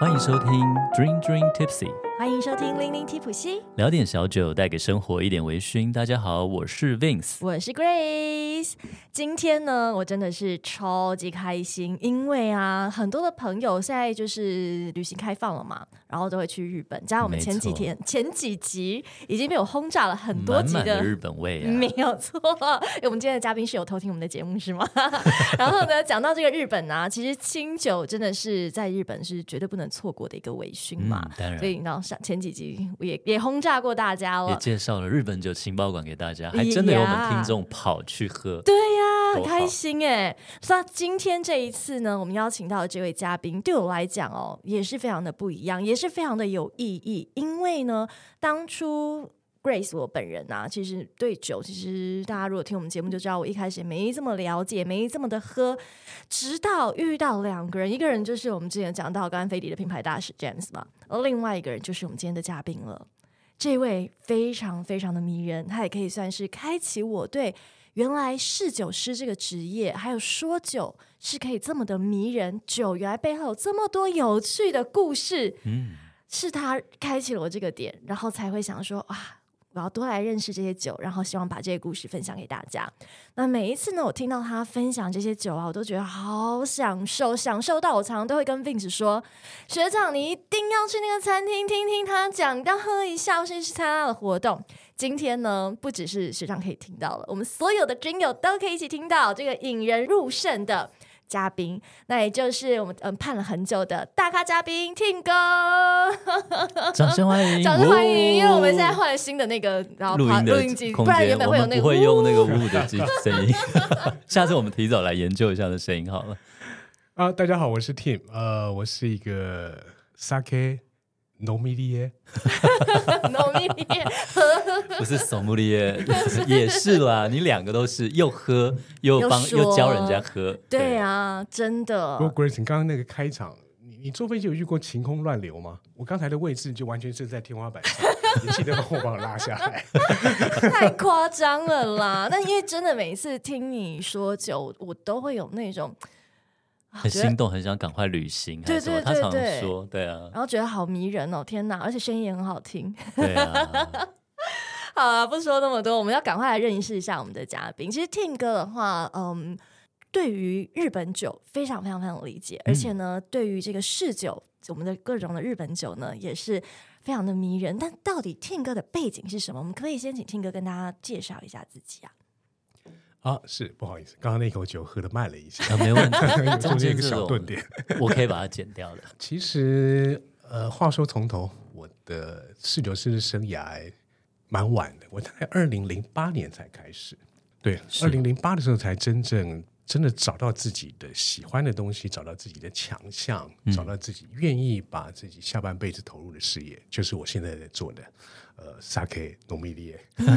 欢迎收听 Dream Dream Tipsy， 欢迎收听零零提普西， 聊点小酒，带给生活一点微醺。大家好，我是 Vince， 我是 Grace。今天呢，我真的是超级开心，因为啊，很多的朋友现在就是旅行开放了嘛，然后都会去日本。加上我们前几集已经被我轰炸了很多集满满的日本味啊， 没有错。我们今天的嘉宾是有偷听我们的节目是吗？然后呢，讲到这个日本啊，其实清酒真的是在日本是绝对不能错过的一个微醺嘛。 当然， 所以你知道前几集也轰炸过大家了， 也介绍了日本酒情报馆给大家，还真的有我们听众跑去喝。 对呀，很开心哎。那今天这一次呢，我们邀请到的这位嘉宾，对我来讲哦，也是非常的不一样，也是非常的有意义。因为呢，当初Grace 我本人啊，其实对酒，其实大家如果听我们节目就知道，我一开始没这么了解，没这么的喝，直到遇到两个人，一个人就是我们之前讲到甘菲迪的品牌大使 James 嘛，而另外一个人就是我们今天的嘉宾了。这位非常非常的迷人，他也可以算是开启我对原来侍酒师这个职业，还有说酒是可以这么的迷人，酒原来背后有这么多有趣的故事，是他开启了我这个点，然后才会想说啊，我要多来认识这些酒，然后希望把这些故事分享给大家。那每一次呢，我听到他分享这些酒啊，我都觉得好享受，享受到我常常都会跟 Vince 说，学长你一定要去那个餐厅听听他讲，要喝一下，或是去参加他的活动。今天呢，不只是学长可以听到了，我们所有的军友都可以一起听到这个引人入胜的嘉宾，那也就是我们盼了很久的大咖嘉宾 Tim 哥， 掌声欢迎， 掌声欢迎！因为我们现在换了新的那个然后录音机，不然原本会有那个我们不会用那个呜的声音，下次我们提早来研究一下的声音好了。 大家好，我是 Tim， 我是一个 Sake Nomidie， 不是 Sommelier， 也是啦，你两个都是，又喝又教人家喝。 对啊，真的。 不过 Grace， 你刚刚那个开场，你坐飞机有遇过晴空乱流吗？我刚才的位置就完全是在天花板上，你记得帮我拉下来。 太夸张了啦！但因为真的每一次听你说酒，我都会有那种很心动，很想赶快旅行，还是什么？他常说，对啊， 然后觉得好迷人哦，天哪！而且声音也很好听， 对啊。 好啊，不说那么多，我们要赶快来认识一下我们的嘉宾。其实 Tim 哥的话，对于日本酒非常非常非常理解，而且呢，对于这个侍酒，我们的各种的日本酒呢，也是非常的迷人。但到底 Tim 哥的背景是什么？我们可不可以先请 Tim 哥跟大家介绍一下自己啊？ 是不好意思，刚刚那口酒喝得慢了一下， 没问题， 中间一个小顿点， 我可以把它剪掉的。 其实话说从头，我的侍酒师生涯蛮晚的，我大概2008年才开始。对，2008的时候才真的找到自己的喜欢的东西，找到自己的强项，找到自己愿意把自己下半辈子投入的事业，就是我现在在做的Sake Nomidie。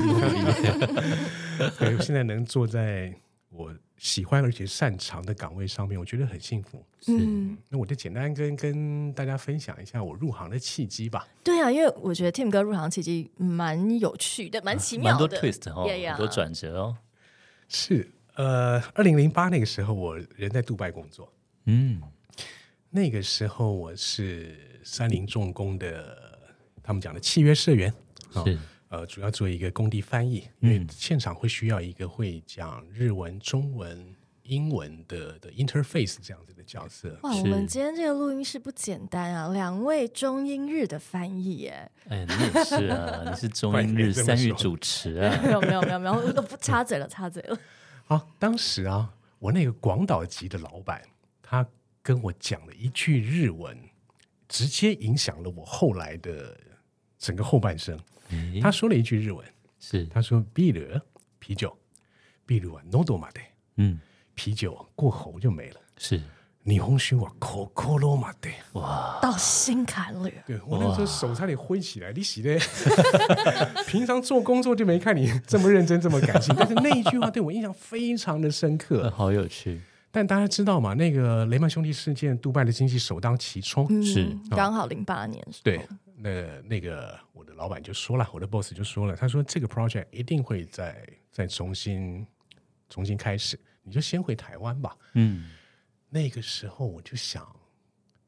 对，我现在能坐在我喜欢而且擅长的岗位上面，我觉得很幸福。那我就简单跟大家分享一下我入行的契机吧。 对啊，因为我觉得 Tim 哥入行契机蛮有趣的，蛮奇妙的， 蛮多 twist 哦，很多转折哦。 是2008那个时候，我人在杜拜工作。那个时候我是三菱重工的，他们讲的契约社员， 是主要做一个工地翻译，因为现场会需要一个会讲日文、中文、英文的 interface 这样子的角色。 哇，我们今天这个录音室不简单啊，2位中英日的翻译耶！ 哎，你也是啊，你是中英日三语主持啊？ 没有，不插嘴了。 好，当时啊，我那个广岛籍的老板，他跟我讲了一句日文，直接影响了我后来的整个后半生。他说了一句日文， 是他说ビール啤酒，ビールは喉まで，啤酒过喉就没了， 是日本酒は心まで， 哇， 到心坎里。 对，我那时候手差点挥起来，你洗的，平常做工作就没看你这么认真这么感性，但是那一句话对我印象非常的深刻， 好有趣。 但大家知道嘛，那个雷曼兄弟事件，杜拜的经济首当其冲， 是刚好08年。 对，那个我的老板就说了，我的 boss 就说了，他说这个 project 一定会再重新开始，你就先回台湾吧。那个时候我就想，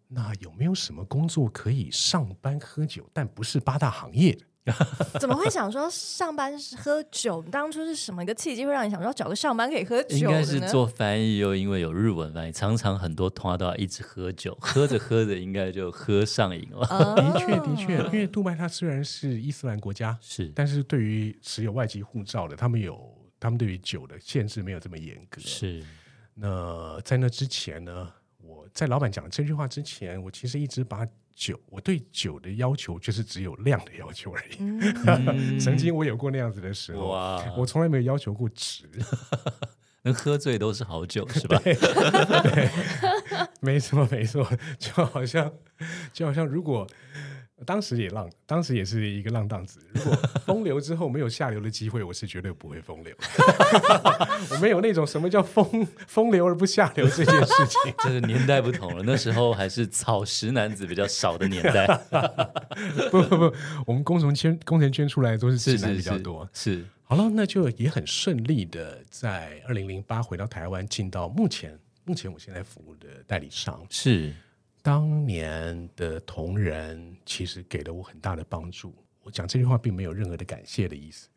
那有没有什么工作可以上班喝酒，但不是8大行业的？ 怎么会想说上班喝酒？当初是什么一个契机会让你想说找个上班可以喝酒的呢？ 应该是做翻译，又因为有日文翻译，常常很多通话都要一直喝酒，喝着喝着应该就喝上瘾了。 的确，因为杜拜它虽然是伊斯兰国家， 是， 但是对于持有外籍护照的，他们对于酒的限制没有这么严格。 是。 那在那之前呢，我在老板讲这句话之前，我其实一直把我对酒的要求就是只有量的要求而已。曾经我有过那样子的时候，我从来没有要求过质。 能喝醉都是好酒，是吧？ 对，没错，就好像如果当时也是一个浪荡子，如果风流之后没有下流的机会，我是绝对不会风流。我没有那种什么叫风流而不下流这件事情。 这个年代不同了，那时候还是草食男子比较少的年代。 不，我们工程圈出来都是直男比较多。 是。 好了，那就也很顺利的在2008回到台湾，进到目前我现在服务的代理商。 是。 当年的同仁其实给了我很大的帮助。我讲这句话并没有任何的感谢的意思。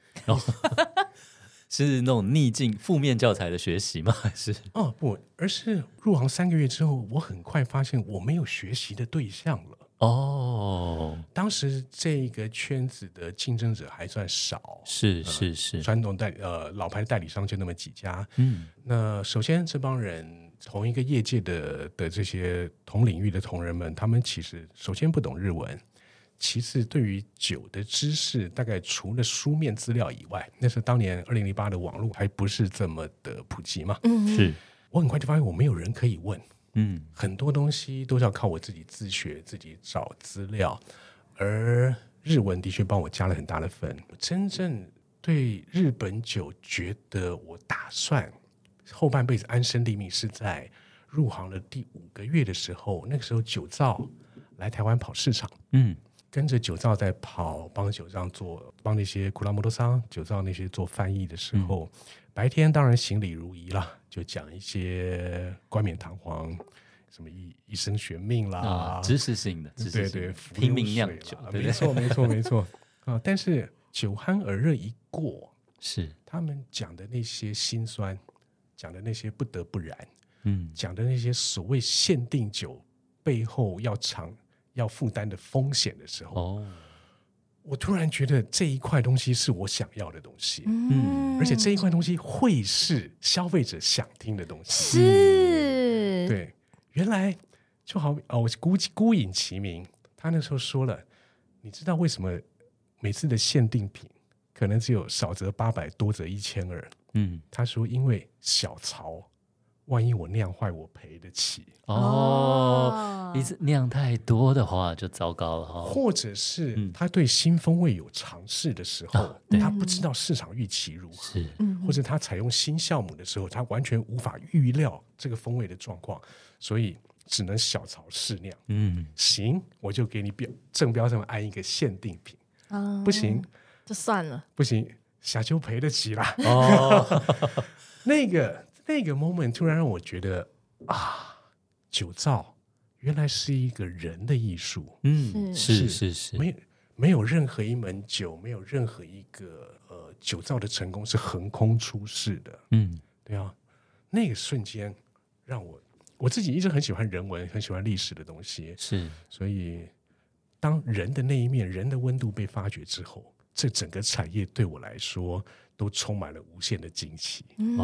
是那种逆境负面教材的学习吗？还是？ 不，而是入行3个月之后，我很快发现我没有学习的对象了。当时这个圈子的竞争者还算少， 是， 传统老牌代理商就那么几家。那首先这帮人同一个业界的这些同领域的同仁们，他们其实首先不懂日文，其次对于酒的知识大概除了书面资料以外，那是当年2008的网络还不是这么的普及嘛。 是。 我很快就发现我没有人可以问。很多东西都是要靠我自己自学，自己找资料，而日文的确帮我加了很大的分。我真正对日本酒觉得我打算后半辈子安身立命是在入行的第5个月的时候，那个时候酒造来台湾跑市场，跟着酒造在跑，帮酒造帮那些库拉摩多桑酒造那些做翻译的时候，白天当然行礼如仪啦，就讲一些冠冕堂皇，什么一生悬命啦， 知识性的， 对， 拼命酿酒， 没错但是酒酣耳热一过，是他们讲的那些辛酸，讲的那些不得不然，讲的那些所谓限定酒背后要负担的风险的时候，我突然觉得这一块东西是我想要的东西，而且这一块东西会是消费者想听的东西。 是， 对，原来就好我孤影其名，他那时候说了，你知道为什么每次的限定品可能只有少则800，多则1200？他说因为小槽，万一我酿坏，我赔得起。 一次酿太多的话就糟糕了或者是他对新风味有尝试的时候，他不知道市场预期如何，或者他采用新酵母的时候，他完全无法预料这个风味的状况，所以只能小槽试酿。行，我就给你正标上安一个限定品。不行就算了， 不行，小就赔得起啦。那个 moment 突然让我觉得酒造原来是一个人的艺术。 是没有任何一门酒，没有任何一个酒造的成功是横空出世的。对啊，那个瞬间让我自己一直很喜欢人文，很喜欢历史的东西。所以当人的那一面，人的温度被发掘之后，这整个产业对我来说都充满了无限的惊奇。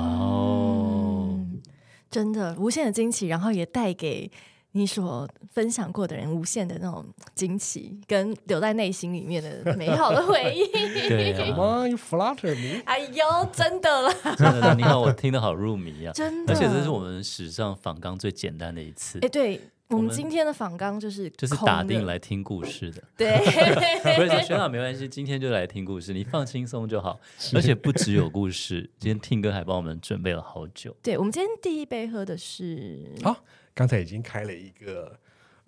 真的无限的惊奇，然后也带给你所分享过的人无限的那种惊奇，跟留在内心里面的美好的回忆。 对啊 You flatter me。 哎呦，真的啦， 真的，你看我听得好入迷啊， 真的， 而且这是我们史上访纲最简单的一次。 对，我们今天的访纲就是打定来听故事的。 对， 不是学长没关系，今天就来听故事，你放轻松就好。而且不只有故事，今天听哥还帮我们准备了好久。 对，我们今天第一杯喝的是刚才已经开了一个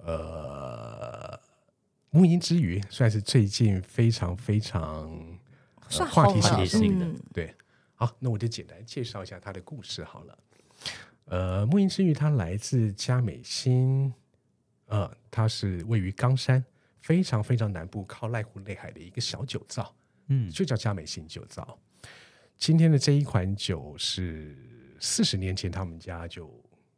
木音之鱼，算是最近非常非常话题性的。对，好，那我就简单介绍一下它的故事好了。木音之鱼它来自嘉美新它是位于冈山非常非常南部靠濑户内海的一个小酒造，就叫嘉美新酒造。今天的这一款酒是40年前他们家就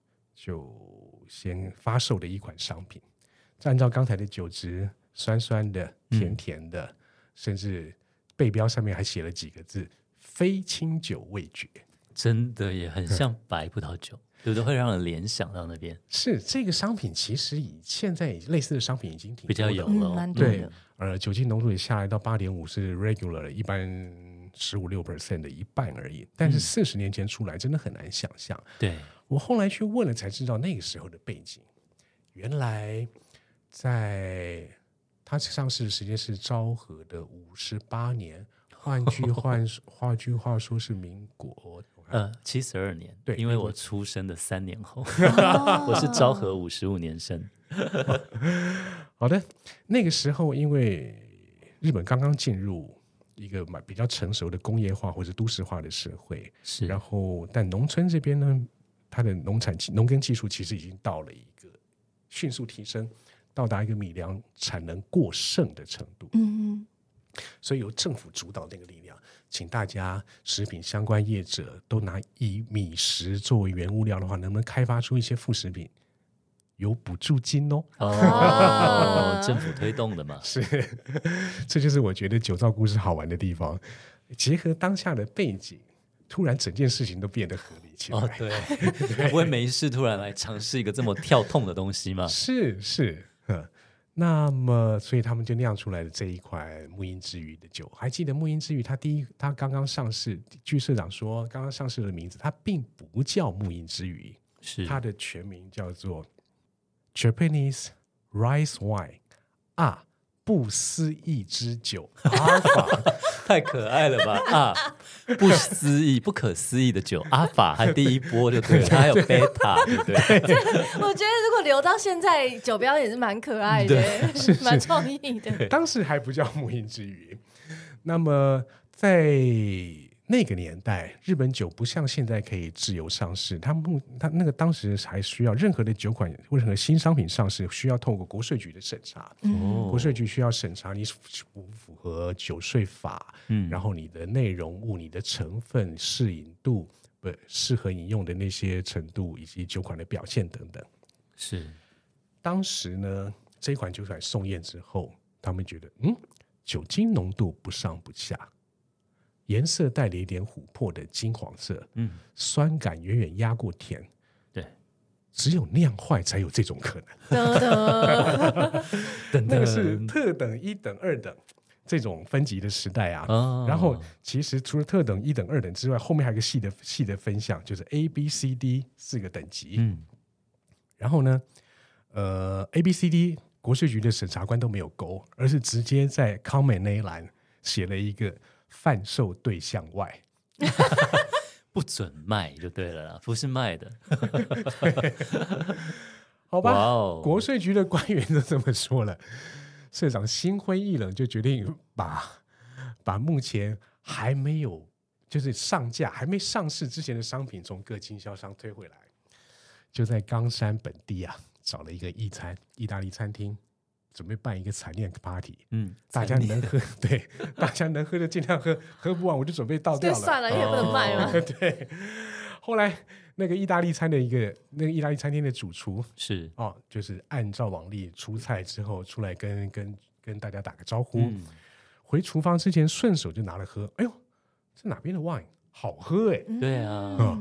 先发售的一款商品，按照刚才的酒质，酸酸的甜甜的，甚至背标上面还写了几个字非清酒味觉， 真的也很像白葡萄酒，对不对？会让人联想到那边。 是这个商品其实现在类似的商品已经挺多比较有了， 蛮多对的。 酒精浓度也下来到8.5是 regular 的，一般15-16% 的一半而已。但是40年前出来真的很难想象。 对， 我后来去问了才知道那个时候的背景，原来在它上市的时间是昭和的58年，换句话说是民国 72年， 对， 因为我出生的3年后，我是昭和55年生。 好的，那个时候因为日本刚刚进入一个比较成熟的工业化或者都市化的社会， 是， 然后但农村这边呢，它的农耕技术其实已经到了一个迅速提升，到达一个米粮产能过剩的程度。所以由政府主导那个力量，请大家食品相关业者都拿以米食作为原物料的话，能不能开发出一些副食品？有补助金政府推动的嘛。 是，这就是我觉得酒造故事好玩的地方，结合当下的背景，突然整件事情都变得合理起来。 对，不会没事突然来尝试一个这么跳痛的东西吗？ 是，那么所以他们就酿出来的这一款木音之鱼的酒。还记得木音之鱼它刚刚上市，据社长说刚刚上市的名字它并不叫木音之鱼， 是它的全名叫做 Japanese Rice Wine 不思议之酒阿法。 太可爱了吧不思议不可思议的酒，阿法还第一波就对了，它还有贝塔，对不对？ 我觉得如果留到现在，酒标也是蛮可爱的，蛮创意的。 当时还不叫木音之鱼。那么在那个年代，日本酒不像现在可以自由上市，它那个当时还需要任何的酒款或任何新商品上市，需要透过国税局的审查。国税局需要审查你符不符合酒税法，然后你的内容物、你的成分、适饮度、适合饮用的那些程度，以及酒款的表现等等。 是， 当时呢，这款酒款送验之后，他们觉得酒精浓度不上不下，颜色带了一点琥珀的金黄色，酸感远远压过甜， 对， 只有酿坏才有这种可能。那个是特等、1等、2等这种分级的时代啊。然后其实除了特等、1等、2等之外，后面还有一个细的分项，就是 A、B、C、D 4个等级。然后呢，A、B、C、D 国税局的审查官都没有勾，而是直接在 comment 那一栏写了一个贩售对象外， 不准卖就对了啦，不是卖的。 好吧，国税局的官员都这么说了，社长心灰意冷，就决定把目前还没有就是上架还没上市之前的商品从各经销商推回来，就在冈山本地找了一个意大利餐厅，准备办一个彩念 party。大家能喝，对，大家能喝就尽量喝，喝不完我就准备倒掉了。 就算了，因为不能卖嘛。 对，后来那个意大利餐厅的主厨是就是按照往例出菜之后出来跟大家打个招呼，回厨房之前顺手就拿了喝。哎呦，这哪边的 wine 好喝哎！ 对啊，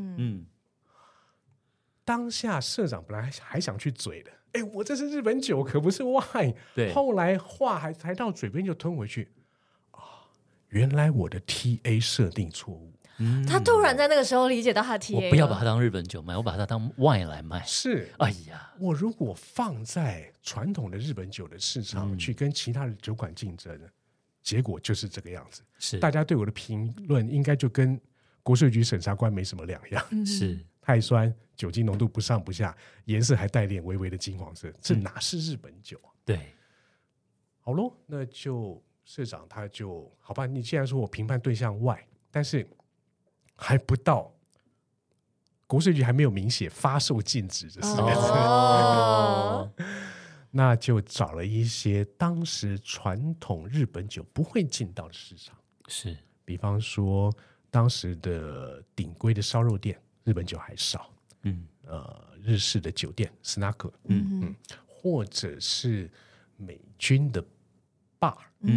当下社长本来还想去嘴的，我这是日本酒，可不是 wine。 对， 后来话才到嘴边就吞回去。原来我的 TA 设定错误。 他突然在那个时候理解到他的 TA， 我不要把它当日本酒卖，我把它当 wine 来卖。 是， 哎呀， 我如果放在传统的日本酒的市场去跟其他的酒馆竞争，结果就是这个样子。 是， 大家对我的评论应该就跟国税局审查官没什么两样。 是。 太酸，酒精浓度不上不下，颜色还带点微微的金黄色，这哪是日本酒对， 好咯，那就社长他就好吧，你既然说我评判对象外，但是还不到国税局还没有明写发售禁止这4个字。 那就找了一些当时传统日本酒不会进到的市场， 是， 比方说当时的顶规的烧肉店，日本酒还少，日式的酒店 snack， 或者是美军的 bar，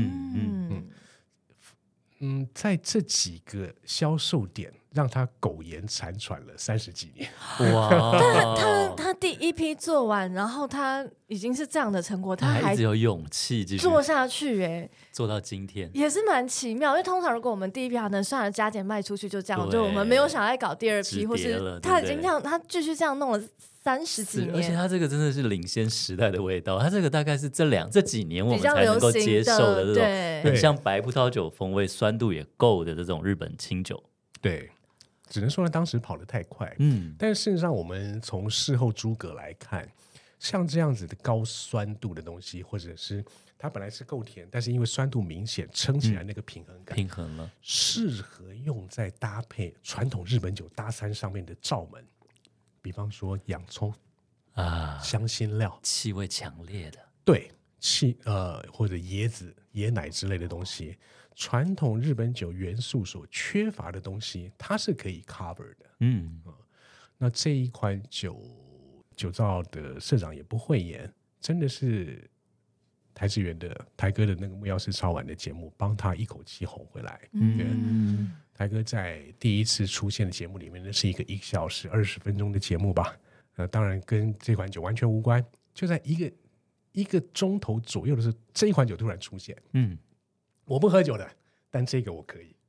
在这几个销售点让他苟延残喘了30几年。 哇！ 他第一批做完，然后他已经是这样的成果， 他还还一直有勇气继续做下去， 做到今天， 也是蛮奇妙。因为通常如果我们第一批可能算了加减卖出去就这样， 对就我们没有想再搞第二批，或是止跌了他已对不对经这样，他继续这样弄了30几而且年。 他这个真的是领先时代的味道，他这个大概是这几年我们比较才能够流行接受的这对种很像白葡萄酒风味、酸度也够的这种日本清酒。 对，只能说呢，当时跑得太快。但是事实上，我们从事后诸葛来看，像这样子的高酸度的东西，或者是它本来是够甜，但是因为酸度明显撑起来那个平衡感， 平衡了， 适合用在搭配传统日本酒搭餐上面的罩门，比方说洋葱啊， 香辛料， 气味强烈的， 对，或者椰子、椰奶之类的东西，传统日本酒元素所缺乏的东西，它是可以 cover 的。那这一款酒造的社长也不讳言，真的是台志远的台哥的那个木曜四超玩的节目，帮他一口气哄回来。台哥在第一次出现的节目里面，那是一个1小时20分钟的节目吧？当然跟这款酒完全无关，就在一个钟头左右的时候，这一款酒突然出现。我不喝酒的，但这个我可以。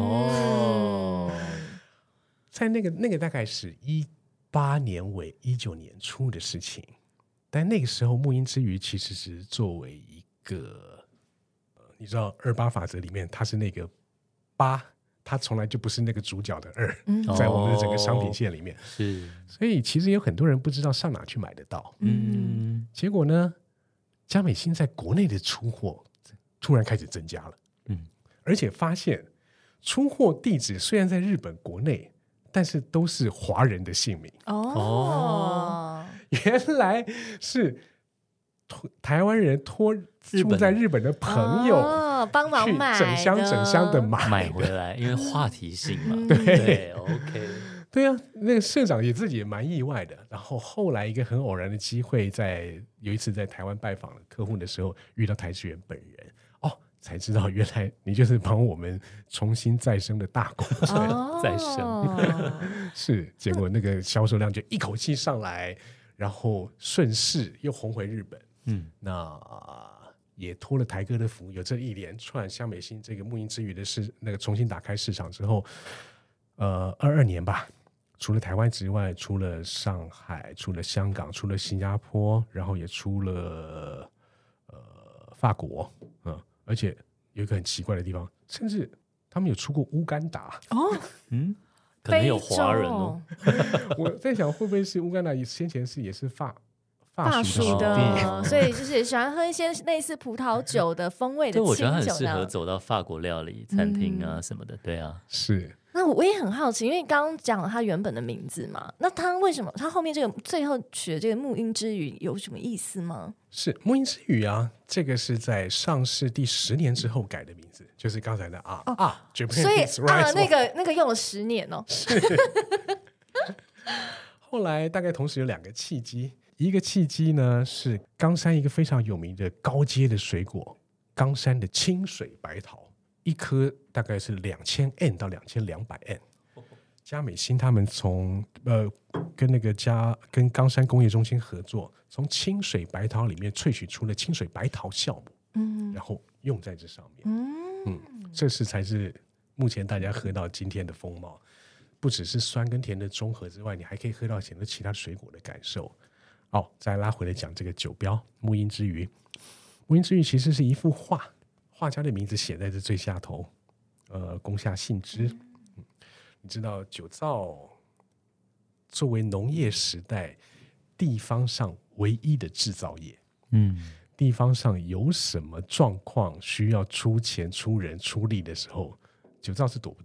在那个大概是18年尾19年初的事情，但那个时候木音之鱼其实是作为一个你知道28法则里面它是那个8，它从来就不是那个主角的2，在我们的整个商品线里面， 是， 所以其实有很多人不知道上哪去买得到。结果呢，嘉美心在国内的出货突然开始增加了，而且发现出货地址虽然在日本国内，但是都是华人的姓名。原来是台湾人托住在日本的朋友帮忙买去整箱的买回来，因为话题性嘛。 对 ，OK， 对啊，那个社长自己也蛮意外的。然后后来一个很偶然的机会，有一次在台湾拜访了客户的时候，遇到台志远本人，才知道原来你就是帮我们重新再生的大功臣。 再生是，结果那个销售量就一口气上来，然后顺势又红回日本。那也托了台哥的福，有这一连串香美心这个木音之鱼的那个重新打开市场之后，22年吧，除了台湾之外，出了上海，出了香港，出了新加坡，然后也出了法国，而且有一个很奇怪的地方，甚至他们有出过乌干达。 可能有华人哦。 我在想，会不会是乌干达先前也是法属的， 所以就是喜欢喝一些类似葡萄酒的风味的清酒。 我觉得很适合走到法国料理餐厅啊什么的。对啊， 是。 那我也很好奇，因为刚刚讲了他原本的名字嘛，那他为什么他后面这个最后取的这个木音之语有什么意思吗？ 是木音之语啊，这个是在上市第10年之后改的名字，就是刚才的所以那个用了10年哦。 是。后来大概同时有2个契机，一个契机呢是冈山一个非常有名的高阶的水果，冈山的清水白桃。一颗大概是2000N 到2200N， 嘉美心他们从跟冈山工业中心合作，从清水白桃里面萃取出了清水白桃酵母，然后用在这上面，这才是目前大家喝到今天的风貌，不只是酸跟甜的中和之外，你还可以喝到很多其他水果的感受。再拉回来讲这个酒标木音之鱼，木音之鱼其实是一幅画。画家的名字写在这最下头，宫下信之。你知道酒造作为农业时代地方上唯一的制造业，地方上有什么状况需要出钱出人出力的时候，酒造是躲不掉的。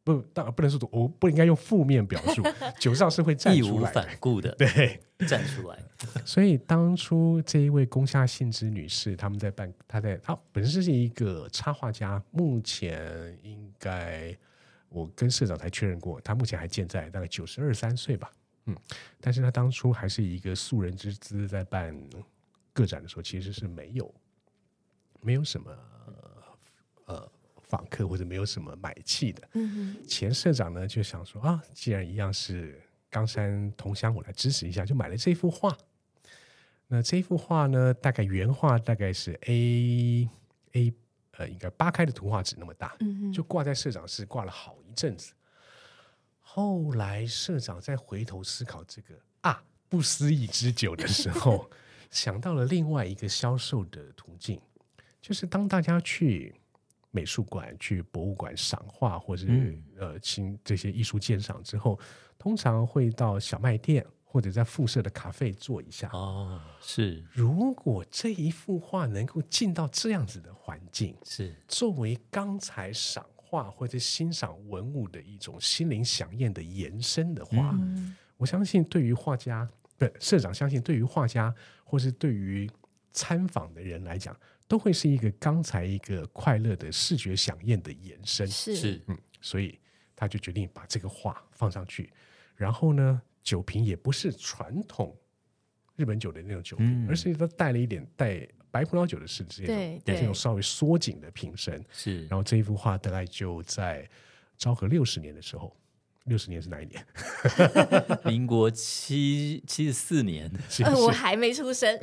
当然不能说我不应该用负面表述，酒造是会站义无出来的， 反顾的对， 站出来。 所以当初这一位宫下幸之女士，他们在办，她本身是一个插画家，目前应该我跟社长才确认过，她目前还健在，大概92、3岁吧。但是她当初还是以一个素人之姿在办个展的时候，其实是没有什么访客或者没有什么买气的。前社长呢就想说啊，既然一样是冈山同乡，我来支持一下，就买了这幅画。那这幅画呢，大概原画大概是 应该8开的图画纸那么大，就挂在社长室挂了好一阵子。后来社长再回头思考这个不思议之酒的时候，想到了另外一个销售的途径，就是当大家去美术馆、去博物馆赏画，或者请这些艺术鉴赏之后，通常会到小卖店或者在附设的咖啡坐一下。 是。 如果这一幅画能够进到这样子的环境， 是作为刚才赏画或者欣赏文物的一种心灵飨宴的延伸的话，我相信对于画家，社长相信对于画家或是对于参访的人来讲，都会是一个刚才一个快乐的视觉飨宴的延伸。 是， 所以他就决定把这个画放上去，然后呢，酒瓶也不是传统日本酒的那种酒瓶，而是他带了一点带白葡萄酒的这种稍微缩紧的瓶身。 是， 然后这一幅画大概就在昭和60年的时候，60年是哪一年？ 民国74年， 我还没出生。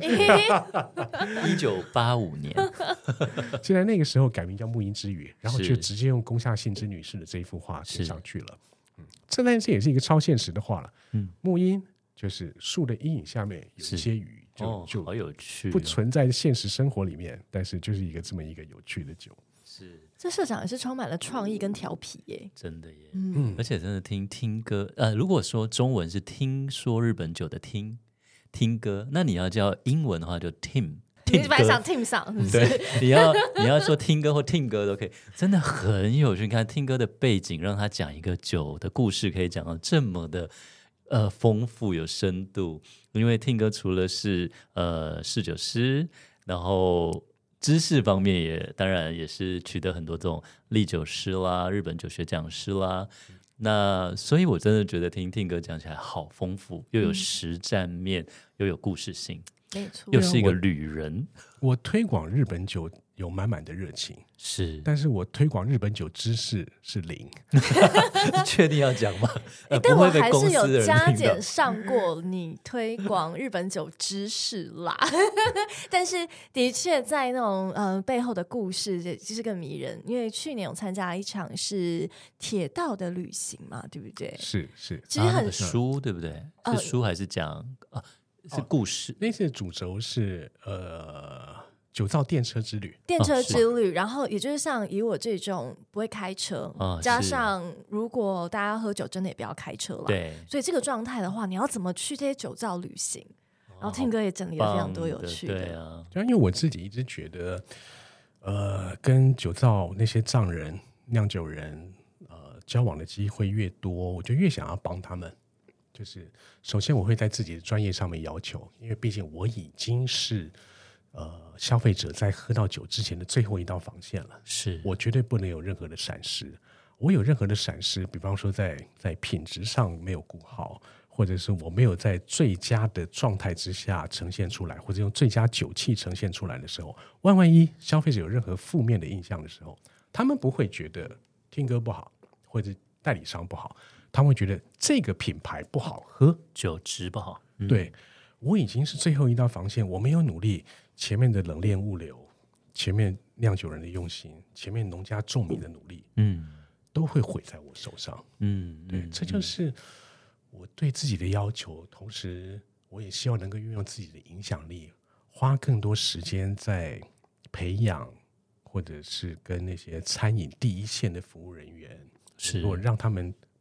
1985年。 就在那个时候改名叫木音之语，然后就直接用宫下幸之女士的这一幅画贴上去了。这也是一个超现实的画了。木音就是树的阴影下面有一些雨，就好有趣， 不存在现实生活里面，但是就是一个这么一个有趣的酒。 是， 这社长也是充满了创意跟调皮耶， 真的耶。而且真的听歌，如果说中文是听说日本酒的听歌，那你要叫英文的话就 Tim。 你是白上 Tim 上，是不是？ 对，你要说听歌或听歌都可以，真的很有趣。你看听歌的背景，让他讲一个酒的故事，可以讲到这么的丰富有深度。因为听歌除了是侍酒师，然后知识方面当然也是取得很多这种唎酒师啦、日本酒学讲师啦。那所以我真的觉得听歌讲起来好丰富，又有实战面，又有故事性。 没错， 又是一个旅人。 我推广日本酒有满满的热情， 是， 但是我推广日本酒知识是0。 确定要讲吗？ 但我还是有加减上过你推广日本酒知识啦。但是的确在那种背后的故事就是更迷人。因为去年有参加一场是铁道的旅行嘛，对不对？ 是， 其实很书对不对？是书还是讲是故事？ 那次主轴是酒造电车之旅， 然后也就是像以我这种不会开车，加上如果大家喝酒，真的也不要开车了。 对， 所以这个状态的话，你要怎么去这些酒造旅行？然后听歌也整理了非常多有趣的。 对啊， 因为我自己一直觉得，跟酒造那些藏人、酿酒人交往的机会越多，我就越想要帮他们。就是首先我会在自己的专业上面要求，因为毕竟我已经是消费者在喝到酒之前的最后一道防线了， 是我绝对不能有任何的闪失。我有任何的闪失，比方说在品质上没有顾好，或者是我没有在最佳的状态之下呈现出来，或者用最佳酒气呈现出来的时候，万一消费者有任何负面的印象的时候，他们不会觉得听歌不好或者代理商不好，他们会觉得这个品牌不好喝， 酒质不好。 对，我已经是最后一道防线，我没有努力，前面的冷链物流，前面酿酒人的用心，前面农家种米的努力，都会毁在我手上。对，这就是我对自己的要求，同时我也希望能够运用自己的影响力，花更多时间在培养或者是跟那些餐饮第一线的服务人员，如果让他们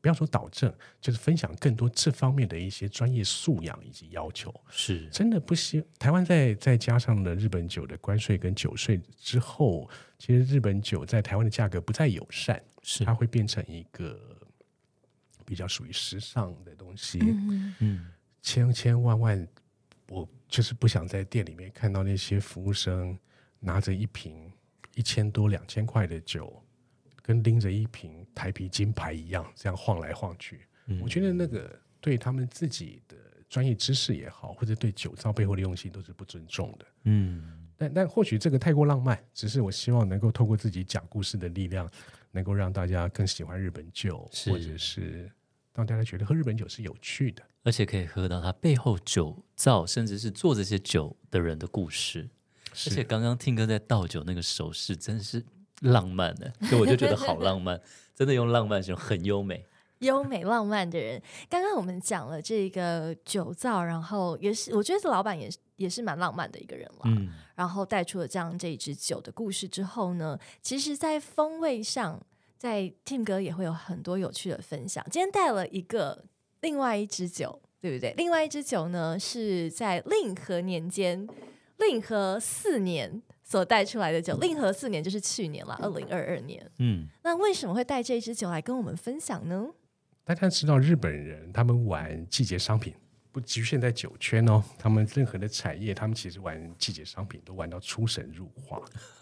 不要说导正，就是分享更多这方面的一些专业素养以及要求。 是真的不希台湾再加上了日本酒的关税跟酒税之后，其实日本酒在台湾的价格不再友善， 是它会变成一个比较属于时尚的东西。千万，我就是不想在店里面看到那些服务生拿着一瓶1000多2000块的酒，跟拎着一瓶台啤金牌一样，这样晃来晃去。我觉得那个对他们自己的专业知识也好，或者对酒造背后的用心都是不尊重的。但或许这个太过浪漫，只是我希望能够透过自己讲故事的力量，能够让大家更喜欢日本酒，或者是让大家觉得喝日本酒是有趣的， 而且可以喝到它背后酒造甚至是做这些酒的人的故事。而且刚刚听哥在倒酒那个手势真的是浪漫的，所以我就觉得好浪漫，真的用浪漫形容，很优美。 优美浪漫的人，刚刚我们讲了这个酒造，然后也是我觉得这老板也是蛮浪漫的一个人啦。然后带出了这一支酒的故事之后呢，其实在风味上，在 Tim 哥也会有很多有趣的分享。今天带了另外一支酒，对不对？另外一支酒呢是在令和年间，令和4年所带出来的酒。令和4年就是去年啦，2022年。那为什么会带这支酒来跟我们分享呢？ 大家知道日本人他们玩季节商品不局限在酒圈哦，他们任何的产业他们其实玩季节商品都玩到出神入化。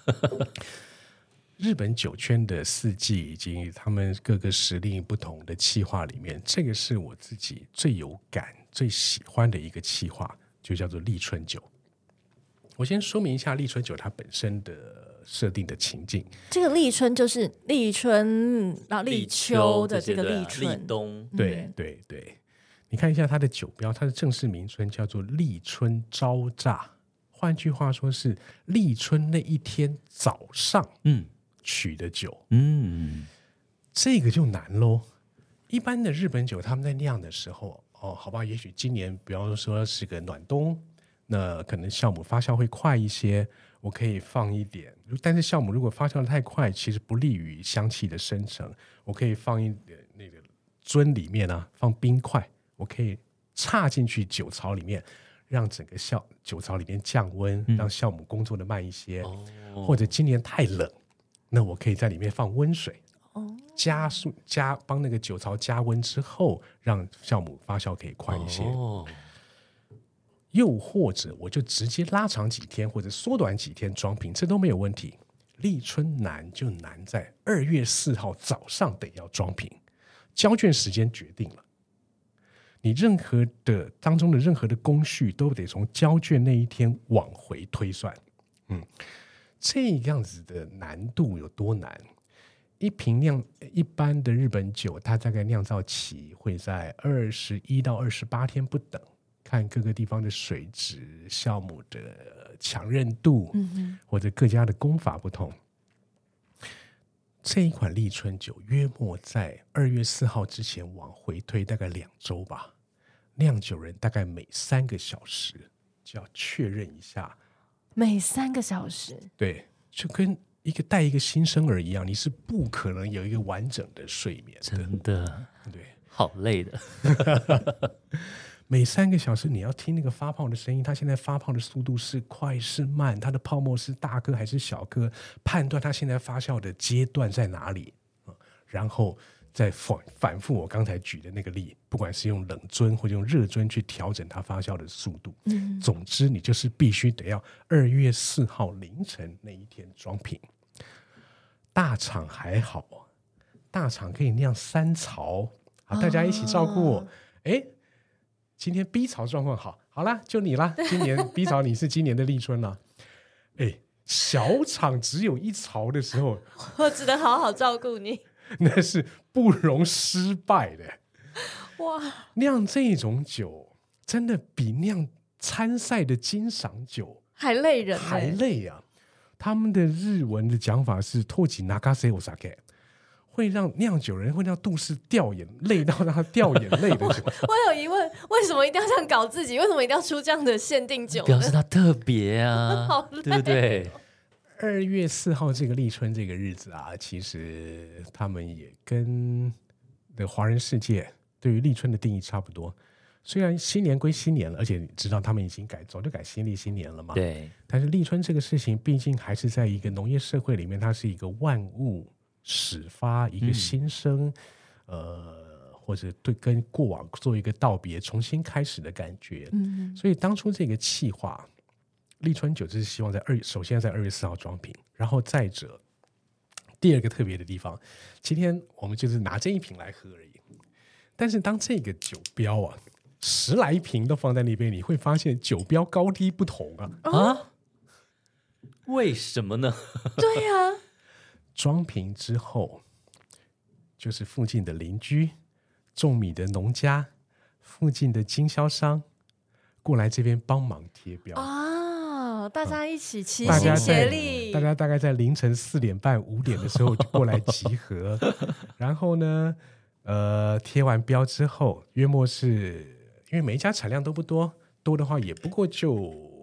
日本酒圈的4季以及他们各个时令不同的企划里面，这个是我自己最有感最喜欢的一个企划，就叫做立春酒。我先说明一下立春酒它本身的设定的情境。 这个立春就是立春，然后立秋的这个立春， 立冬。 对对对，你看一下它的酒标，它的正式名称叫做立春招乍，换句话说是立春那一天早上取的酒。这个就难咯。一般的日本酒他们在酿的时候，好吧，也许今年比方说是个暖冬，那可能酵母发酵会快一些，我可以放一点，但是酵母如果发酵的太快，其实不利于香气的生成，我可以放一点那个樽里面啊，放冰块，我可以插进去酒槽里面，让整个酒槽里面降温，让酵母工作的慢一些。或者今年太冷，那我可以在里面放温水，帮那个酒槽加温之后，让酵母发酵可以快一些。又或者我就直接拉长几天或者缩短几天装瓶，这都没有问题。立春难就难在2月4号早上得要装瓶，交卷时间决定了，你任何的当中的任何的工序都得从交卷那一天往回推算。这样子的难度有多难？一般的日本酒，它大概酿造期会在21到28天不等，看各个地方的水质、酵母的强韧度，或者各家的工法不同。这一款立春酒约莫在2月4号之前往回推大概2周吧，酿酒人大概每3个小时就要确认一下。 每3个小时？对， 就跟带一个新生儿一样，你是不可能有一个完整的睡眠的。 真的， 对， 好累的。 每3个小时你要听那个发泡的声音，它现在发泡的速度是快是慢，它的泡沫是大颗还是小颗，判断它现在发酵的阶段在哪里，然后再反复我刚才举的那个例，不管是用冷樽或者用热樽去调整它发酵的速度。总之你就是必须得要2月4号凌晨那一天装瓶。大厂还好，大厂可以酿3槽，大家一起照顾。今天 B 槽状况好啦，就你啦，今年 B 槽你是今年的立春啦。小厂只有1槽的时候， 我只能好好照顾你， 那是不容失败的。 哇， 酿这种酒真的比酿参赛的金赏酒还累人， 还累啊！他们的日文的讲法是 Toji Nagase Osake， 会让酿酒人会让杜氏掉眼泪到让他掉眼泪的酒。 我有疑问，为什么一定要这样搞自己？为什么一定要出这样的限定酒呢？ 表示它特别啊，对不对 ？2月4号这个立春这个日子啊，其实他们也跟的华人世界对于立春的定义差不多。虽然新年归新年了，而且你知道他们已经早就改新历新年了嘛， 对， 但是立春这个事情毕竟还是在一个农业社会里面，它是一个万物始发，一个新生，或者对跟过往做一个道别，重新开始的感觉。所以当初这个企划立春酒就是希望首先在2月4号装瓶，然后再者第二个特别的地方，今天我们就是拿这一瓶来喝而已。但是当这个酒标啊10来瓶都放在那边，你会发现酒标高低不同啊！ 为什么呢？ 对呀、 装瓶之后，就是附近的邻居、种米的农家、附近的经销商过来这边帮忙贴标啊，大家一起齐大家心协力， 大家大概在凌晨4点半、5点的时候就过来集合，然后呢，贴完标之后，约莫是因为每一家产量都不多，多的话也不过就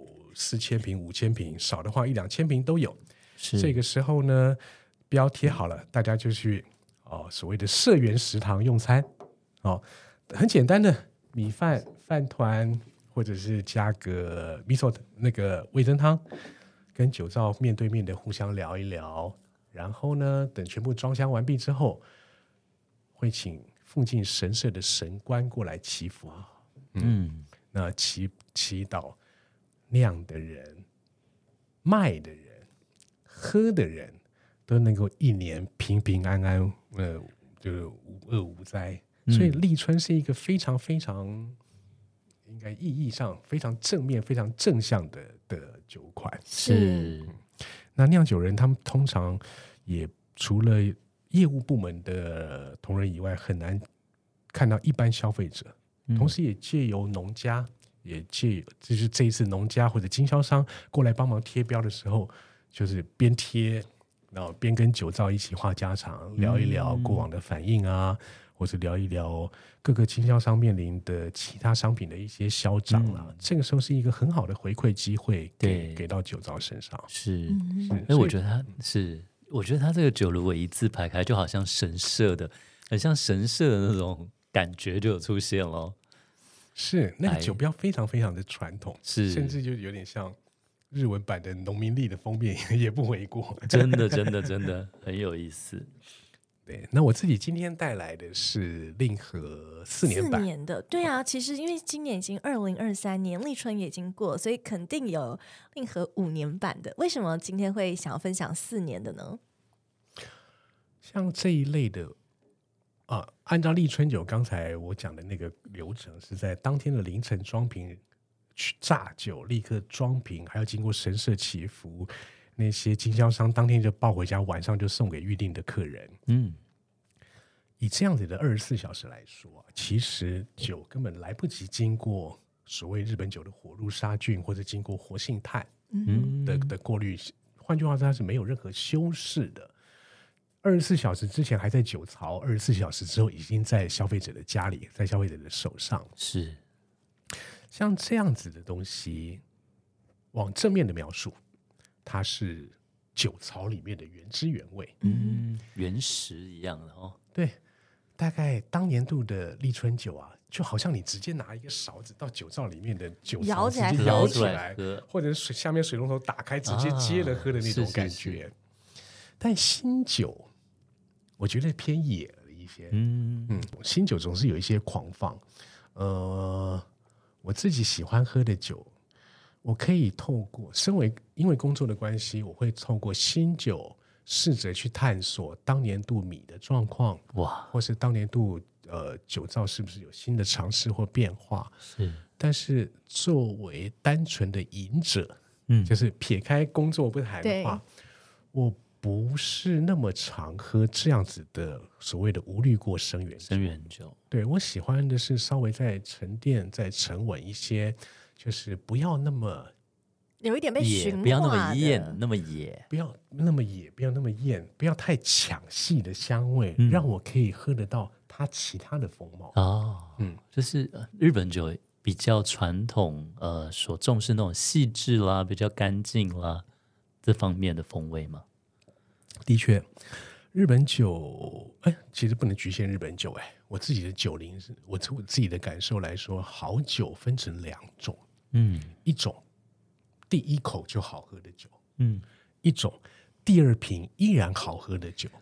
4000瓶、5000瓶，少的话1-2千瓶都有。 是这个时候呢，标贴好了，大家就去所谓的社员食堂用餐很简单的米饭、饭团，或者是加个miso那个味噌汤，跟酒造面对面的互相聊一聊，然后呢，等全部装箱完毕之后，会请附近神社的神官过来祈福。那祈祷酿的人、卖的人、喝的人都能够一年平平安安，就是无恶无灾。所以立春是一个非常非常应该意义上非常正面、非常正向的酒款。 是， 那酿酒人他们通常也除了业务部门的同仁以外，很难看到一般消费者。同时也借由农家，也就是这一次农家或者经销商过来帮忙贴标的时候，就是边贴，然后边跟酒造一起话家常，聊一聊过往的反应啊，或者聊一聊各个经销商面临的其他商品的一些销涨啦。这个时候是一个很好的回馈机会给到酒造身上。 是，我觉得他这个酒如果一字排开，就好像神社的，很像神社的那种感觉就有出现了。 是那个酒标非常非常的传统， 是甚至就有点像日文版的农民历的封面也不为过。 真的很有意思。 对，那我自己今天带来的是令和4年版。 4年的，对啊，其实因为今年已经2023年，立春也已经过，所以肯定有令和5年版的。为什么今天会想要分享4年的呢？ 像这一类的按照立春酒刚才我讲的那个流程，是在当天的凌晨装瓶去榨酒，立刻装瓶，还要经过神社祈福，那些经销商当天就抱回家，晚上就送给预定的客人。以这样子的24小时来说，其实酒根本来不及经过所谓日本酒的火入杀菌，或者经过活性炭的过滤，换句话说，它是没有任何修饰的。24小时之前还在酒槽，24小时之后已经在消费者的家里，在消费者的手上。 是， 像这样子的东西，往正面的描述，它是酒槽里面的原汁原味， 原始一样的哦。 对，大概当年度的立春酒啊，就好像你直接拿一个勺子到酒造里面的酒槽直接舀起来，或者是下面水龙头打开直接接了喝的那种感觉。是但新酒我觉得偏野了一些，新酒总是有一些狂放。我自己喜欢喝的酒，我可以透过因为工作的关系，我会透过新酒试着去探索当年度米的状况，或是当年度酒造是不是有新的尝试或变化。 是， 但是作为单纯的饮者，就是撇开工作不谈的话，我不是那么常喝这样子的所谓的无滤过生原酒。对，我喜欢的是稍微再沉淀、再沉稳一些，就是不要那么有一点被驯化的， 不要那么艳，那么野， 不要那么野，不要那么艳，不要太抢戏的香味，让我可以喝得到它其他的风貌。 就是日本酒比较传统，所重视那种细致啦、比较干净啦这方面的风味吗？ 的确， 日本酒，其实不能局限日本酒，我自己的酒龄是我自己的感受来说，好酒分成2种，一种第一口就好喝的酒，一种第2瓶依然好喝的酒。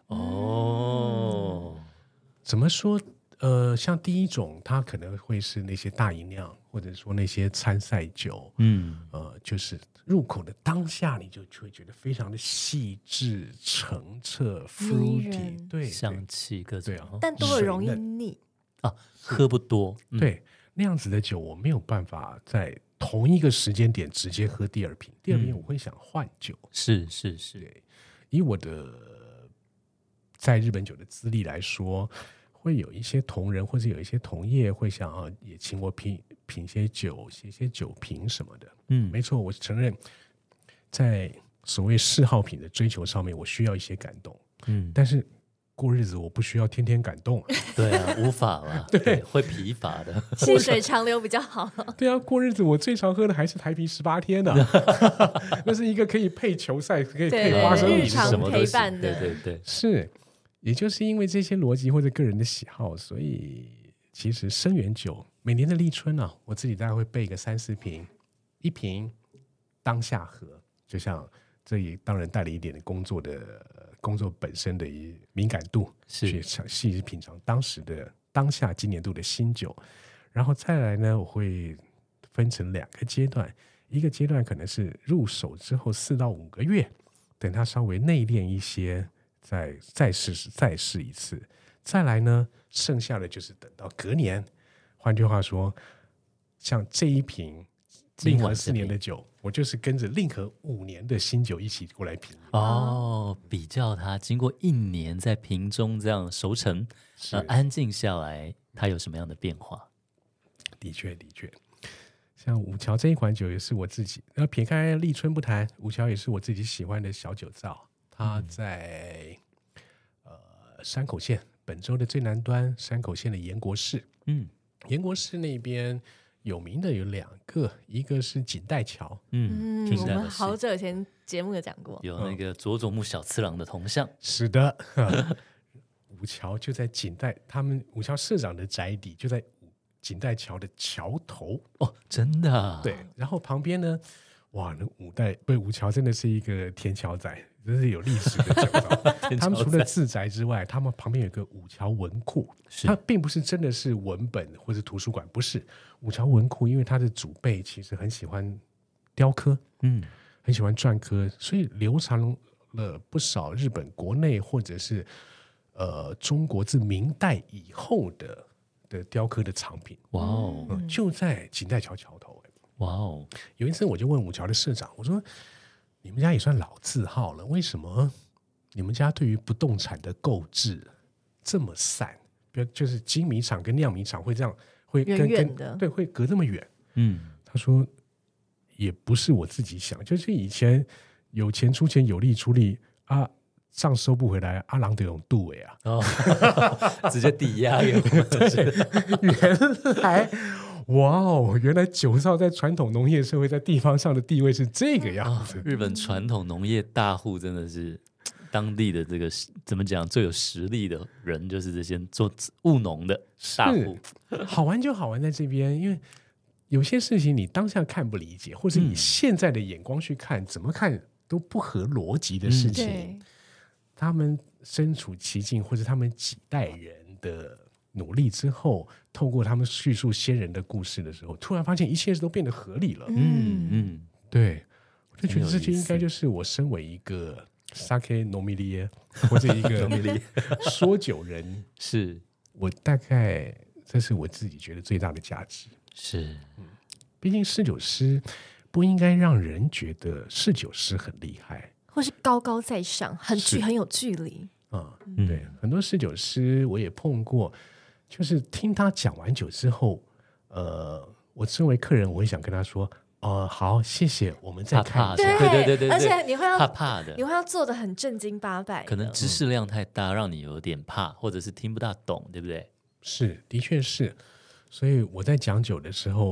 怎么说？像第一种，它可能会是那些大吟酿，或者说那些参赛酒，就是入口的当下，你就会觉得非常的细致、澄澈、fruity， 对， 香气各种， 但多了容易腻啊，喝不多， 对，那样子的酒我没有办法在同一个时间点直接喝第2瓶，第2瓶我会想换酒， 是， 对，以我的在日本酒的资历来说。会有一些同仁或者有一些同业会想也请我品些酒，写些酒评什么的。没错，我承认在所谓嗜好品的追求上面，我需要一些感动。但是过日子我不需要天天感动。 对啊，无法啦，对，会疲乏的。 细水长流比较好。 对啊，过日子我最常喝的还是台啤18天的，那是一个可以配球赛、可以配花生米日常陪伴的。 对， 是。也就是因为这些逻辑或者个人的喜好，所以其实生源酒每年的立春啊，我自己大概会备个3-4瓶，1瓶当下喝，就像这也当然带了一点的工作本身的敏感度，去细细品尝当时的当下今年度的新酒，然后再来呢，我会分成2个阶段，一个阶段可能是入手之后4到5个月，等它稍微内敛一些。再试一次，再来呢，剩下的就是等到隔年。换句话说，像这一瓶令和4年的酒，我就是跟着令和5年的新酒一起过来品。 比较它经过1年在瓶中这样熟成，安静下来，它有什么样的变化？ 的确，像五桥这一款酒也是我自己，撇开立春不谈，五桥也是我自己喜欢的小酒造。它在山口县本州的最南端，山口县的岩国市。岩国市那边有名的有2个，一个是锦带桥。 我们好久以前节目有讲过， 有那个佐佐木小次郎的铜像。 是的，五桥就在锦带，他们五桥社长的宅邸就在锦带桥的桥头。 真的啊？ 对，然后旁边呢，哇，那五桥真的是一个天桥仔。真是有历史的酒造。他们除了自宅之外，他们旁边有个五桥文库，它并不是真的是文本或者图书馆，不是五桥文库，因为他的祖辈其实很喜欢雕刻，很喜欢篆刻，所以流传了不少日本国内或者是中国自明代以后的雕刻的藏品。 哇哦， 就在锦带桥桥头。 哇哦， 有一次我就问五桥的社长，我说：“你们家也算老字号了，为什么你们家对于不动产的购置这么散？比如就是精米厂跟酿米厂会这样，会远远的， 对，会隔这么远。”他说也不是我自己想，就是以前有钱出钱，有力出力啊，账收不回来，阿郎得用度尾啊， 直接抵押给我们。 原来。哇哦！原来酒造在传统农业社会在地方上的地位是这个样子。 日本传统农业大户真的是当地的这个怎么讲最有实力的人，就是这些做务农的大户。 好玩就好玩在这边，因为有些事情你当下看不理解，或者以现在的眼光去看，怎么看都不合逻辑的事情，他们身处其境，或者他们几代人的努力之后，透过他们叙述先人的故事的时候，突然发现一切都变得合理了。对，我就觉得这就应该就是我身为一个 sake nomilier 或者一个说酒人， 是我大概这是我自己觉得最大的价值。 是， 毕竟侍酒师不应该让人觉得侍酒师很厉害， 或是高高在上，很有距离。 对，很多侍酒师我也碰过。就是听他讲完酒之后，我身为客人，我会想跟他说：“好，谢谢，我们再看一下。” 对，而且你会要怕的， 你会要做的很正经八百， 可能知识量太大，让你有点怕，或者是听不大懂，对不对？ 是，的确是。所以我在讲酒的时候，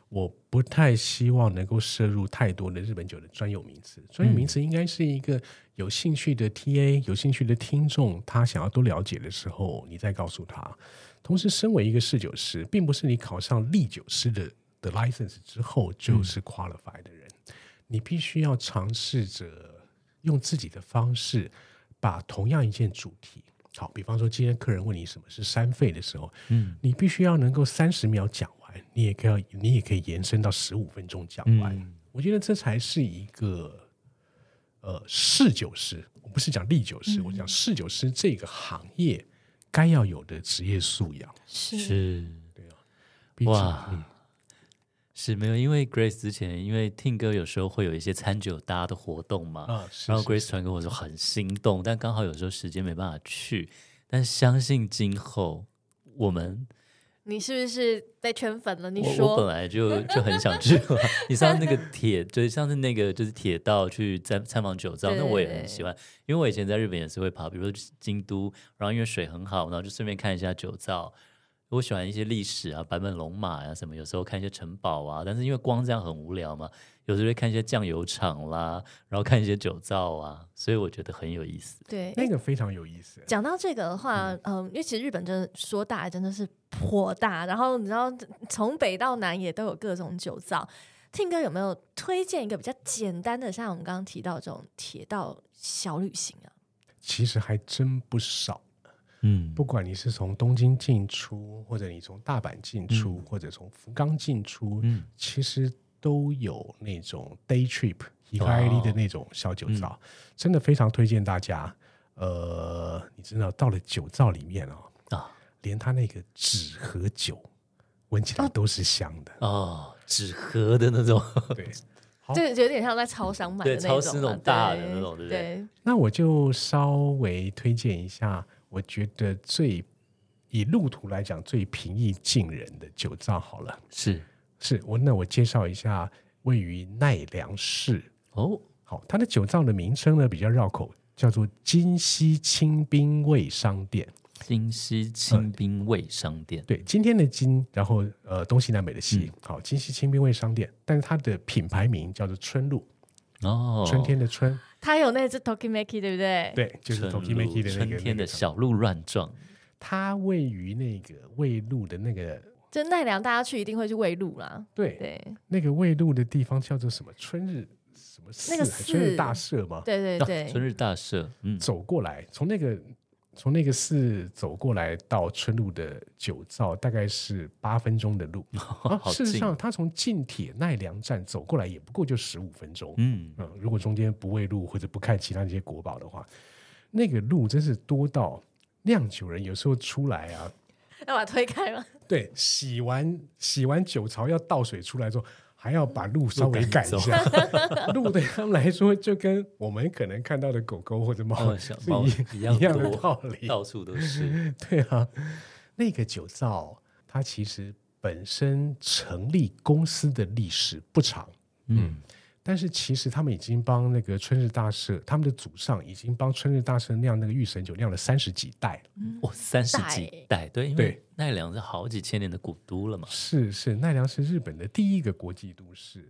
我不太希望能够摄入太多的日本酒的专有名词。专有名词应该是一个有兴趣的 TA、有兴趣的听众，他想要多了解的时候，你再告诉他。同时，身为一个侍酒师，并不是你考上唎酒师的 license 之后就是 qualify 的人，你必须要尝试着用自己的方式，把同样一件主题。好，比方说今天客人问你什么是山肺的时候，你必须要能够30秒讲完，你也可以延伸到15分钟讲完。我觉得这才是一个侍酒师，我不是讲唎酒师，我讲侍酒师这个行业该要有的职业素养。 是， 对啊，毕竟哇。是没有，因为 Grace 之前，因为 Tim 哥有时候会有一些餐酒搭的活动嘛，然后 Grace 传给我说很心动，但刚好有时候时间没办法去，但相信今后你是不是被圈粉了？你说我本来就很想去嘛。你上次那个就是上次那个就是铁道去参访酒造，那我也很喜欢，因为我以前在日本也是会跑，比如说京都，然后因为水很好，然后就顺便看一下酒造。我喜欢一些历史啊，坂本龙马啊什么，有时候看一些城堡啊，但是因为光这样很无聊嘛，有时候会看一些酱油厂啦，然后看一些酒造啊，所以我觉得很有意思。 对， 那个非常有意思。 讲到这个的话，因为其实日本真的说大真的是颇大，然后你知道从北到南也都有各种酒造。Tim 哥有没有推荐一个比较简单的，像我们刚刚提到这种铁道小旅行啊？ 其实还真不少。不管你是从东京进出，或者你从大阪进出，或者从福冈进出，其实都有那种 day trip 日帰り的那种小酒造，真的非常推荐大家。你知道到了酒造里面连它那个纸盒酒闻起来都是香的纸盒的那种， 对。 就有点像在超商买的那种， 对，超市那种大的那种，对不对？ 那我就稍微推荐一下，我觉得以路途来讲最平易近人的酒造好了。那我介绍一下位于奈良市好，它的酒造的名称呢比较绕口，叫做金溪清兵卫商店。 金溪清兵卫商店， 对，今天的金，然后东西南北的西，好，金溪清兵卫商店，但是它的品牌名叫做春露，春天的春， 它有那只 Tokimeki 对不对？ 对，就是 Tokimeki 的那个春天的小鹿乱撞。 它位于那个卫路的那个， 就奈良大家去一定会去卫路啦。 对，那个卫路的地方叫做什么春日什么寺，那个春日大社吗？ 对， 春日大社， 走过来从那个寺走过来到春路的酒造大概是8分钟的路事实上他从近铁奈良站走过来也不过就15分钟。如果中间不喂路或者不看其他那些国宝的话，那个路真是多到酿酒人有时候出来要把它推开吗？ 对，洗完酒槽要倒水出来之后还要把路稍微改一下，路对他们来说就跟我们可能看到的狗狗或者猫是一样的道理， 到处都是。 对啊，那个酒造它其实本身成立公司的历史不长，但是其实他们已经帮那个春日大社，他们的祖上已经帮春日大社酿那个御神酒酿了30几代了。 30几代，对，因为奈良是好几千年的古都了嘛。 是，奈良是日本的第一个国际都市。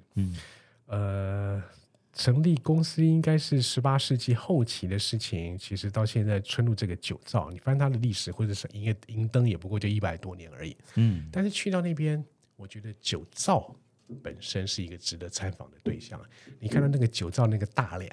成立公司应该是18世纪后期的事情，其实到现在春露这个酒造，你翻它的历史或者是营业营灯也不过就100多年而已。但是去到那边，我觉得酒造本身是一个值得参访的对象。你看到那个酒造那个大梁，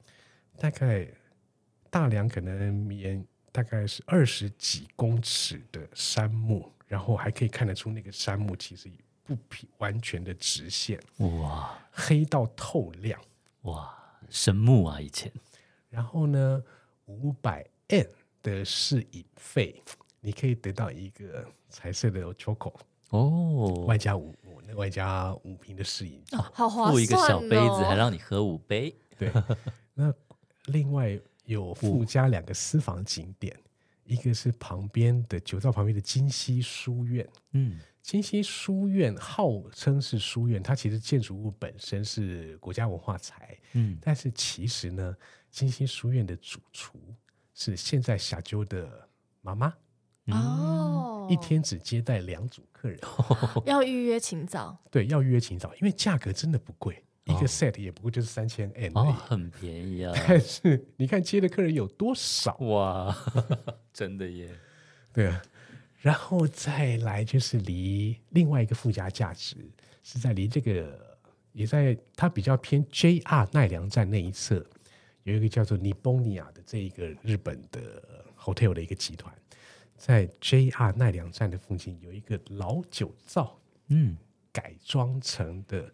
大梁可能大概是20几公尺的杉木，然后还可以看得出那个杉木其实不完全的直线， 哇， 黑到透亮， 哇，神木啊以前。 然后呢，500N 的试饮费，你可以得到一个彩色的 choco 外加5瓶的试饮， 好划算哦， 附一个小杯子还让你喝5杯。 对，那另外有附加2个私房景点，一个是酒造旁边的金溪书院。金溪书院号称是书院，它其实建筑物本身是国家文化财。但是其实呢，金溪书院的主厨是现在下鸠的妈妈。 哦， 一天只接待2组客人， 要预约请早。 对，要预约请早，因为价格真的不贵，一个 set 也不过就是3000 N 而已， 很便宜啊。 但是你看接的客人有多少？ 哇，真的耶。 对啊，然后再来就是离另外一个附加价值是在离这个，也在它比较偏 JR 奈良站那一侧，有一个叫做尼波尼亚的这一个日本的 hotel 的一个集团，在 JR 奈良站的附近有一个老酒造，改装成的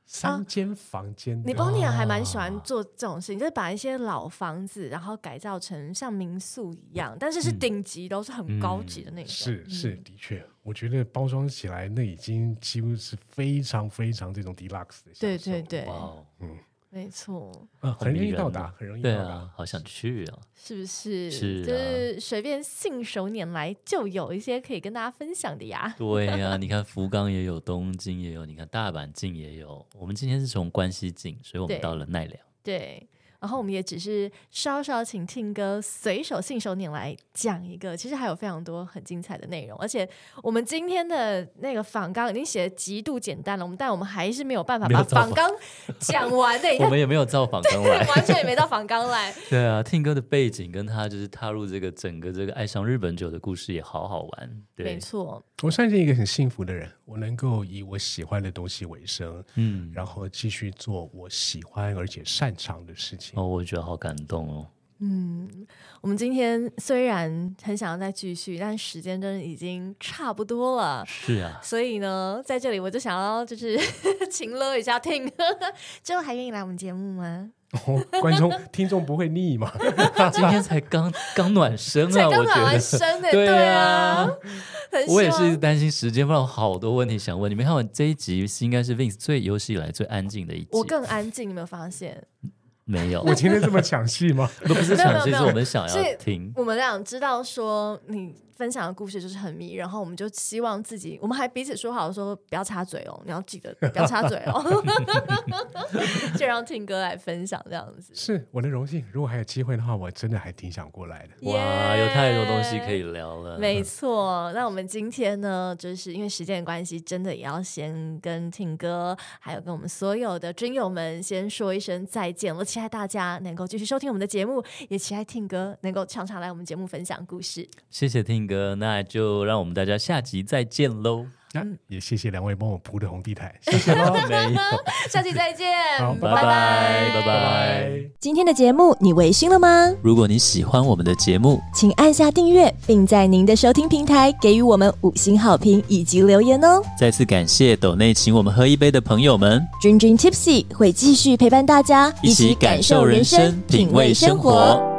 3间房间的。 你邦尼亚还蛮喜欢做这种事情，就是把一些老房子然后改造成像民宿一样，但是是顶级的，是很高级的那种。 是，的确，我觉得包装起来那已经几乎是非常非常这种 deluxe 的享受。 对， 哇， 没错， 很容易到达，很容易到达。 对啊，好想去啊！ 是不是？ 是啊， 就是随便信手拈来就有一些可以跟大家分享的呀。 对呀，你看福冈也有，东京也有，你看大阪近也有。我们今天是从关西近，所以我们到了奈良。 对。然后我们也只是稍稍请听哥随手信手拈来讲一个，其实还有非常多很精彩的内容，而且我们今天的那个访纲已经写得极度简单了，但我们还是没有办法把访纲讲完的。 我们也没有照访纲来， 完全也没到访纲来。 对啊，听哥的背景跟他就是踏入这个整个这个爱上日本酒的故事也好好玩。对， 没错， 我算是一个很幸福的人，我能够以我喜欢的东西为生，然后继续做我喜欢而且擅长的事情。 我觉得好感动哦。 我们今天虽然很想要再继续，但时间真的已经差不多了。 是啊， 所以呢，在这里我就想要就是情勒一下听，之后还愿意来我们节目吗？ 听众不会腻吗？ 今天才刚暖身啊， 才刚暖完身呢，对啊。 我也是一直担心时间，不然有好多问题想问。你们看完这一集应该是 Vince 有史以来最安静的一集。 我更安静，你有没有发现？ 没有， 我今天这么抢戏吗？ 不是抢戏，是我们想要听。 我们俩知道说你分享的故事就是很迷，然后我们就希望自己，我们还彼此说好说不要插嘴哦，你要记得不要插嘴哦，就让听哥来分享这样子。 是我的荣幸，如果还有机会的话，我真的还挺想过来的。 哇，有太多东西可以聊了。 没错，那我们今天呢，就是因为时间的关系，真的也要先跟听哥还有跟我们所有的军友们先说一声再见了。期待大家能够继续收听我们的节目，也期待听哥能够常常来我们节目分享故事。 谢谢听哥，那就让我们大家下集再见喽。 也谢谢2位帮我铺的红地毯，谢谢喽。 没有， 下期再见， 拜拜。 今天的节目你微醺了吗？ 如果你喜欢我们的节目， 请按下订阅，并在您的收听平台给予我们5星好评以及留言哦。 再次感谢斗内请我们喝一杯的朋友们。 Dream Tipsy 会继续陪伴大家，一起感受人生，品味生活。